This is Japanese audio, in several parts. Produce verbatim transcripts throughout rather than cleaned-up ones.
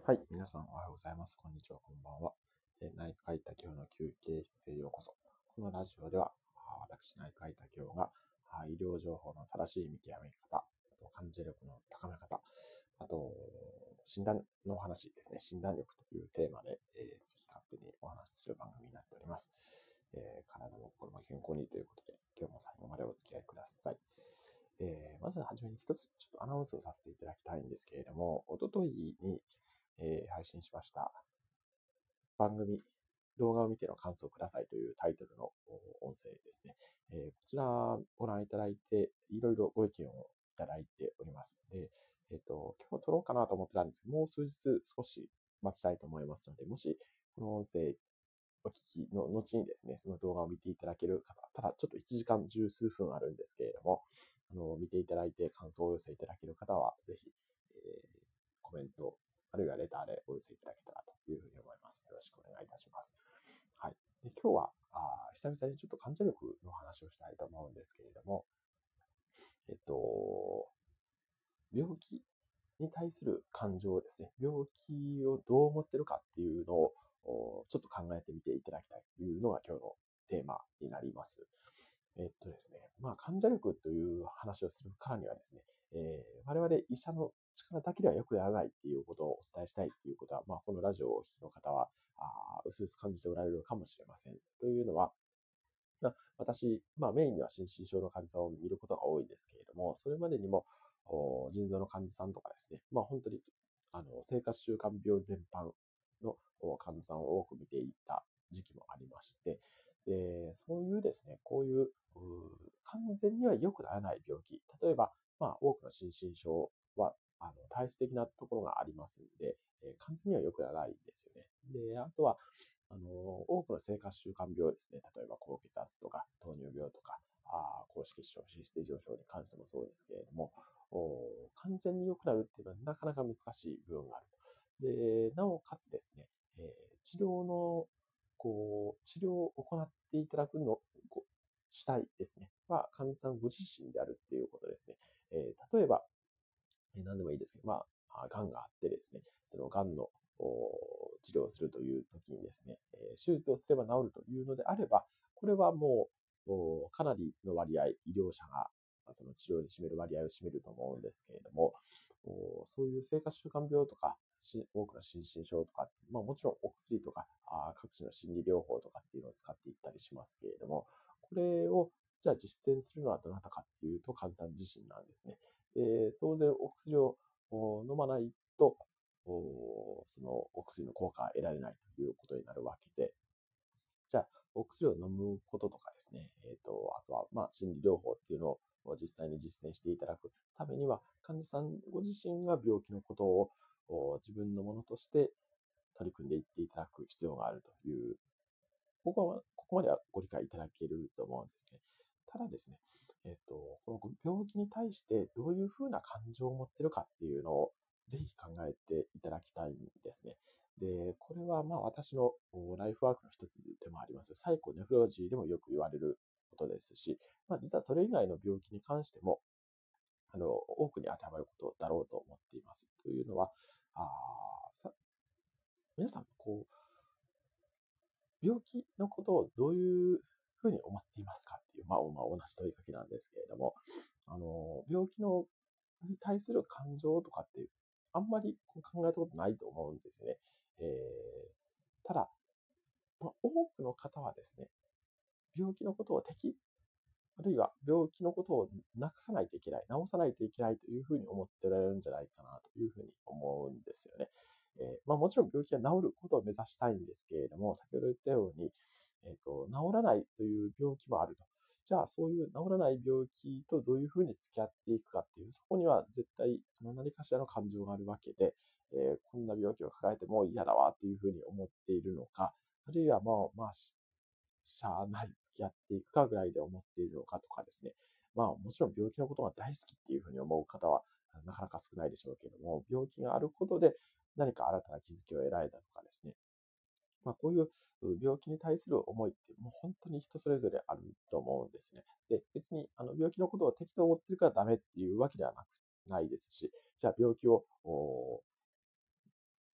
はい。皆さんおはようございます。こんにちは。こんばんは。えー内科医多教の休憩室へようこそ。このラジオでは、あ私、内科医多教があ医療情報の正しい見極め方、あと患者力の高め方、あと、診断の話ですね。診断力というテーマで、えー好き勝手にお話しする番組になっております。えー体も心も健康にということで、今日も最後までお付き合いください。えーまずはじめに一つちょっとアナウンスをさせていただきたいんですけれども、おとといに、えー配信しました番組、動画を見ての感想をくださいというタイトルの音声ですね。えーこちらご覧いただいて、いろいろご意見をいただいております。で、えっ、と、今日撮ろうかなと思ってたんですけど、もう数日少し待ちたいと思いますので、もしこの音声お聞きの後にですね、その動画を見ていただける方、ただちょっといちじかん十数分あるんですけれども、あの、見ていただいて感想をお寄せいただける方は、ぜひ、えーコメント、あるいはレターでお寄せいただけたらというふうに思います。よろしくお願いいたします。はい。で今日はあ、久々にちょっと患者力の話をしたいと思うんですけれども、えっと、病気に対する感情ですね、病気をどう思ってるかっていうのをちょっと考えてみていただきたいというのが今日のテーマになります。えっとですね、まあ、患者力という話をするからにはですね、えー、我々医者の力だけではよくやらないっていうことをお伝えしたいっていうことは、まあ、このラジオをお聞きの方は、あうすうす感じておられるかもしれません。というのは、まあ、私、まあ、メインには心身症の患者さんを見ることが多いんですけれども、それまでにも、腎臓の患者さんとかですね、まあ、本当に、あの、生活習慣病全般の患者さんを多く見ていた時期もありまして、で、そういうですね、こういう、う完全には良くならない病気、例えば、まあ、多くの心身症は、あの、体質的なところがありますんで、えー完全には良くならないんですよね。で、あとは、あの、多くの生活習慣病ですね。例えば高血圧とか糖尿病とか、あ高脂血症、脂質異常症に関してもそうですけれども、完全に良くなるっていうのはなかなか難しい部分がある。で、なおかつですね、えー治療の、こう、治療を行っていただくの、こう主体ですね、は患者さんご自身であるっていうことですね。えー例えば、えー何でもいいですけど、まあ、癌があってですね、その癌の治療をするという時にですね、えー手術をすれば治るというのであれば、これはもうかなりの割合、医療者がその治療に占める割合を占めると思うんですけれども、そういう生活習慣病とか、多くの心身症とか、まあ、もちろんお薬とか、各種の心理療法とかっていうのを使っていったりしますけれども、これをじゃあ実践するのはどなたかっていうと、患者さん自身なんですね。で当然お薬を飲まないと、そのお薬の効果が得られないということになるわけで、じゃあ、お薬を飲むこととかですね、えっ、と、あとは、まあ、心理療法っていうのを実際に実践していただくためには、患者さんご自身が病気のことを自分のものとして取り組んでいっていただく必要があるという、ここは、ここまではご理解いただけると思うんですね。ただですね、えっ、と、この病気に対してどういうふうな感情を持ってるかっていうのをぜひ考えていただきたいんですね。で、これはまあ私のライフワークの一つでもあります。サイコネフロロジーでもよく言われることですし、まあ実はそれ以外の病気に関しても、あの、多くに当てはまることだろうと思っています。というのは、あさ皆さん、こう、病気のことをどういうふうに思っていますかっていう、まあ、まあ、同じ問いかけなんですけれども、あの、病気のに対する感情とかって、あんまりこう考えたことないと思うんですよね。えー、ただ、まあ、多くの方はですね、病気のことを敵、あるいは病気のことをなくさないといけない、治さないといけないというふうに思っておられるんじゃないかなというふうに思うんですよね。えーまあ、もちろん病気が治ることを目指したいんですけれども、先ほど言ったように、えーと、治らないという病気もあると。じゃあ、そういう治らない病気とどういうふうに付き合っていくかっていう、そこには絶対何かしらの感情があるわけで、えーこんな病気を抱えても嫌だわっていうふうに思っているのか、あるいはもう、まあ、しゃあない、付き合っていくかぐらいで思っているのかとかですね。まあもちろん病気のことが大好きっていうふうに思う方はなかなか少ないでしょうけれども、病気があることで何か新たな気づきを得られたとかですね。まあこういう病気に対する思いってもう本当に人それぞれあると思うんですね。で、別にあの病気のことを適当に思ってるからダメっていうわけではなく、ないですし、じゃあ病気を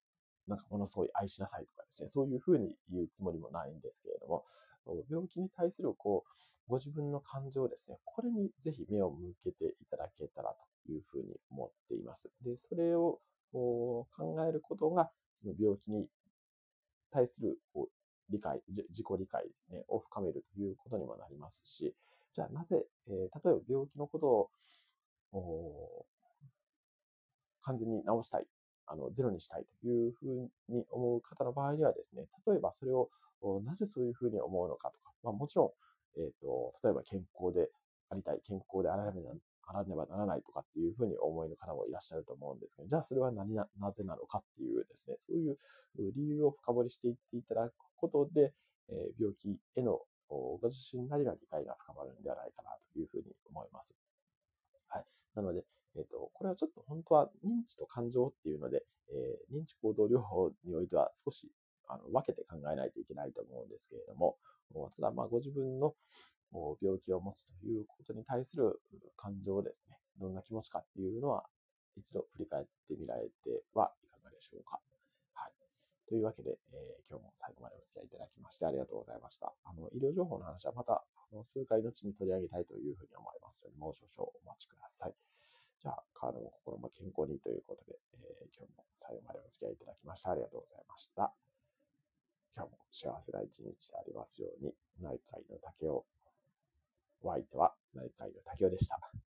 なんかものすごい愛しなさいとかですね、そういうふうに言うつもりもないんですけれども、病気に対するこう、ご自分の感情ですね、これにぜひ目を向けていただけたらというふうに思っています。で、それを考えることが、その病気に対するこう理解、自己理解ですね、を深めるということにもなりますし、じゃあなぜ、えー、例えば病気のことを完全に治したい、あの、ゼロにしたいというふうに思う方の場合にはですね、例えばそれをなぜそういうふうに思うのかとか、まあ、もちろん、えっと、例えば健康でありたい、健康であらねばあらねばならないとかっていうふうにお思いの方もいらっしゃると思うんですけど、じゃあそれは何な、なぜなのかっていうですね、そういう理由を深掘りしていっていただくことで、えー病気へのご自身なりの理解が深まるんではないかなというふうに思います。はい。なので、えっと、これはちょっと本当は認知と感情っていうので、えー認知行動療法においては少しあの分けて考えないといけないと思うんですけれども、ただ、まあ、ご自分の病気を持つということに対する感情をですね、どんな気持ちかっていうのは、一度振り返ってみられてはいかがでしょうか。はい。というわけで、えー今日も最後までお付き合いいただきましてありがとうございました。あの、医療情報の話はまた、あの数回のうちに取り上げたいというふうに思いますので、もう少々お待ちください。じゃあ、体も心も健康にということで、えー今日も最後までお付き合いいただきましてありがとうございました。今日も幸せな一日でありますように、内海の竹を、お相手は内海の竹雄でした。